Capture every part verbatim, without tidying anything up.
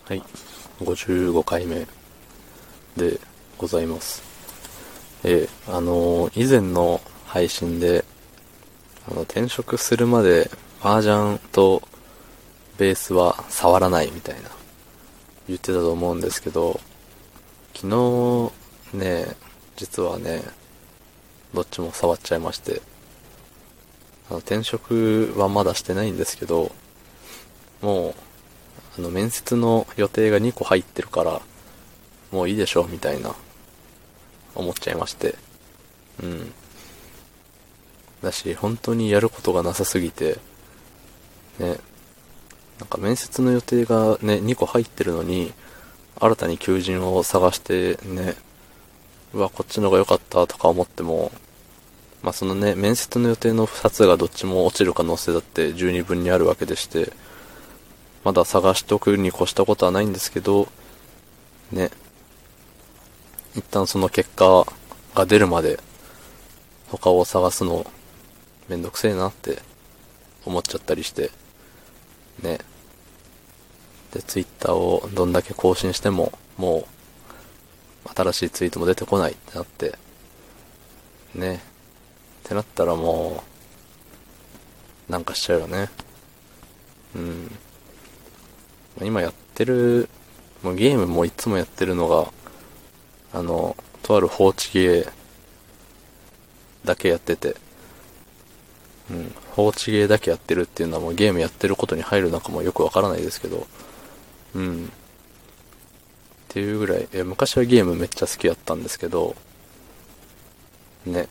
はい、ごじゅうごかいめでございます。えー、あのー、以前の配信で、あの、転職するまで麻雀とベースは触らないみたいな言ってたと思うんですけど、昨日ね、実はね、どっちも触っちゃいまして、あの、転職はまだしてないんですけど、もう、あの、面接の予定がにこ入ってるから、もういいでしょみたいな思っちゃいまして、うん。だし、本当にやることがなさすぎて、ね、なんか面接の予定がね、にこ入ってるのに、新たに求人を探してね、うわ、こっちの方が良かったとか思っても、まあそのね、面接の予定のふたつがどっちも落ちる可能性だって十二分にあるわけでして、まだ探しておくに越したことはないんですけど、ね、一旦その結果が出るまで他を探すのめんどくせえなって思っちゃったりして、ね。で、ツイッターをどんだけ更新しても、もう、新しいツイートも出てこないってなって、ね。ってなったらもう、なんかしちゃうよね。うん。今やってる、もうゲームもいつもやってるのが、あの、とある放置ゲーだけやってて、うん。放置ゲーだけやってるっていうのはもうゲームやってることに入るのかもよくわからないですけど、うん。っていうぐらい、え昔はゲームめっちゃ好きだったんですけど、ね、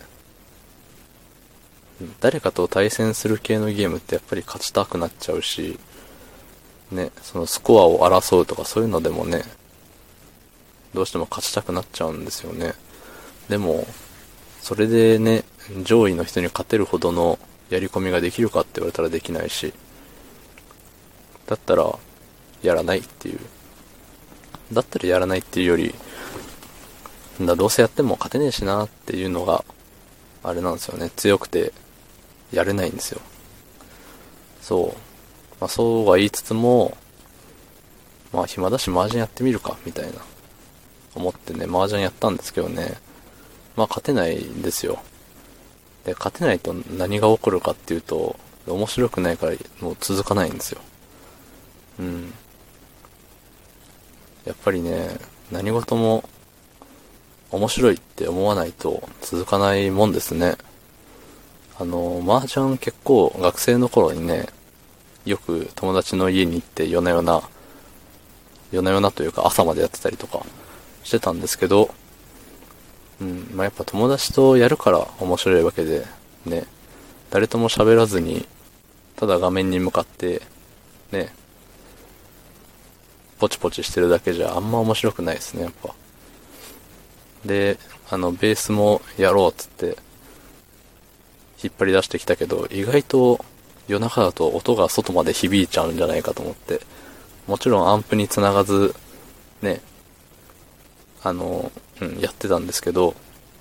誰かと対戦する系のゲームってやっぱり勝ちたくなっちゃうし、ね、そのスコアを争うとかそういうのでもね、どうしても勝ちたくなっちゃうんですよね。でも、それでね、上位の人に勝てるほどのやり込みができるかって言われたらできないし、だったら、やらないっていう。だったらやらないっていうより、だどうせやっても勝てねえしなっていうのが、あれなんですよね。強くて、やれないんですよ。そう。まあそうは言いつつも、まあ暇だし麻雀やってみるか、みたいな。思ってね、麻雀やったんですけどね。まあ勝てないんですよ。で、勝てないと何が起こるかっていうと、面白くないからもう続かないんですよ。うん。やっぱりね、何事も面白いって思わないと続かないもんですね。あの、麻雀結構学生の頃にね、よく友達の家に行って夜な夜な、夜な夜なというか朝までやってたりとかしてたんですけど、うん、まあ、やっぱ友達とやるから面白いわけで、ね、誰とも喋らずに、ただ画面に向かって、ね、ポチポチしてるだけじゃあんま面白くないですね、やっぱ。で、あの、ベースもやろうっつって、引っ張り出してきたけど、意外と夜中だと音が外まで響いちゃうんじゃないかと思って、もちろんアンプに繋がず、ね、あの、うん、やってたんですけど、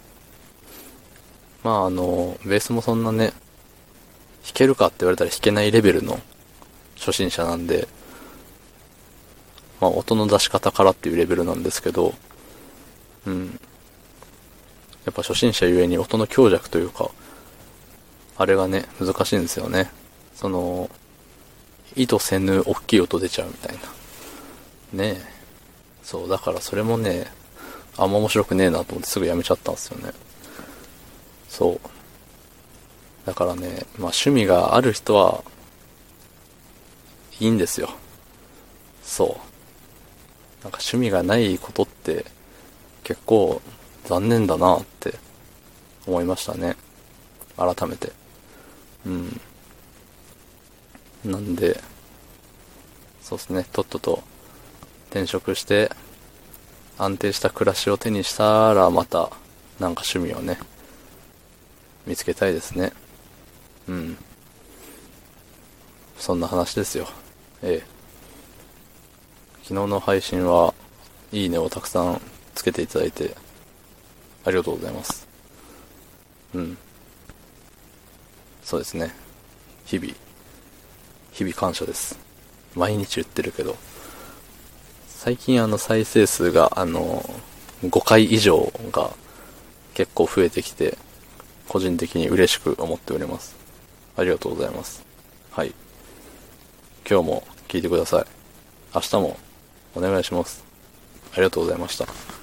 まああの、ベースもそんなね、弾けるかって言われたら弾けないレベルの初心者なんで、まあ音の出し方からっていうレベルなんですけど、うん。やっぱ初心者ゆえに音の強弱というか、あれがね、難しいんですよね。その、意図せぬ大きい音出ちゃうみたいな。ねえ。そう、だからそれもね、あんま面白くねえなと思ってすぐやめちゃったんですよね。そう。だからね、まあ趣味がある人はいいんですよ。そう。なんか趣味がないことって結構残念だなって思いましたね。改めて。うん。なんで、そうですね、とっとと転職して安定した暮らしを手にしたらまたなんか趣味をね、見つけたいですね。うん。そんな話ですよ。ええ。昨日の配信はいいねをたくさんつけていただいてありがとうございます。うん。そうですね。日々、日々感謝です。毎日言ってるけど、 最近あの再生数があのごかい以上が結構増えてきて、個人的に嬉しく思っております。ありがとうございます。はい。今日も聞いてください。明日もお願いします。ありがとうございました。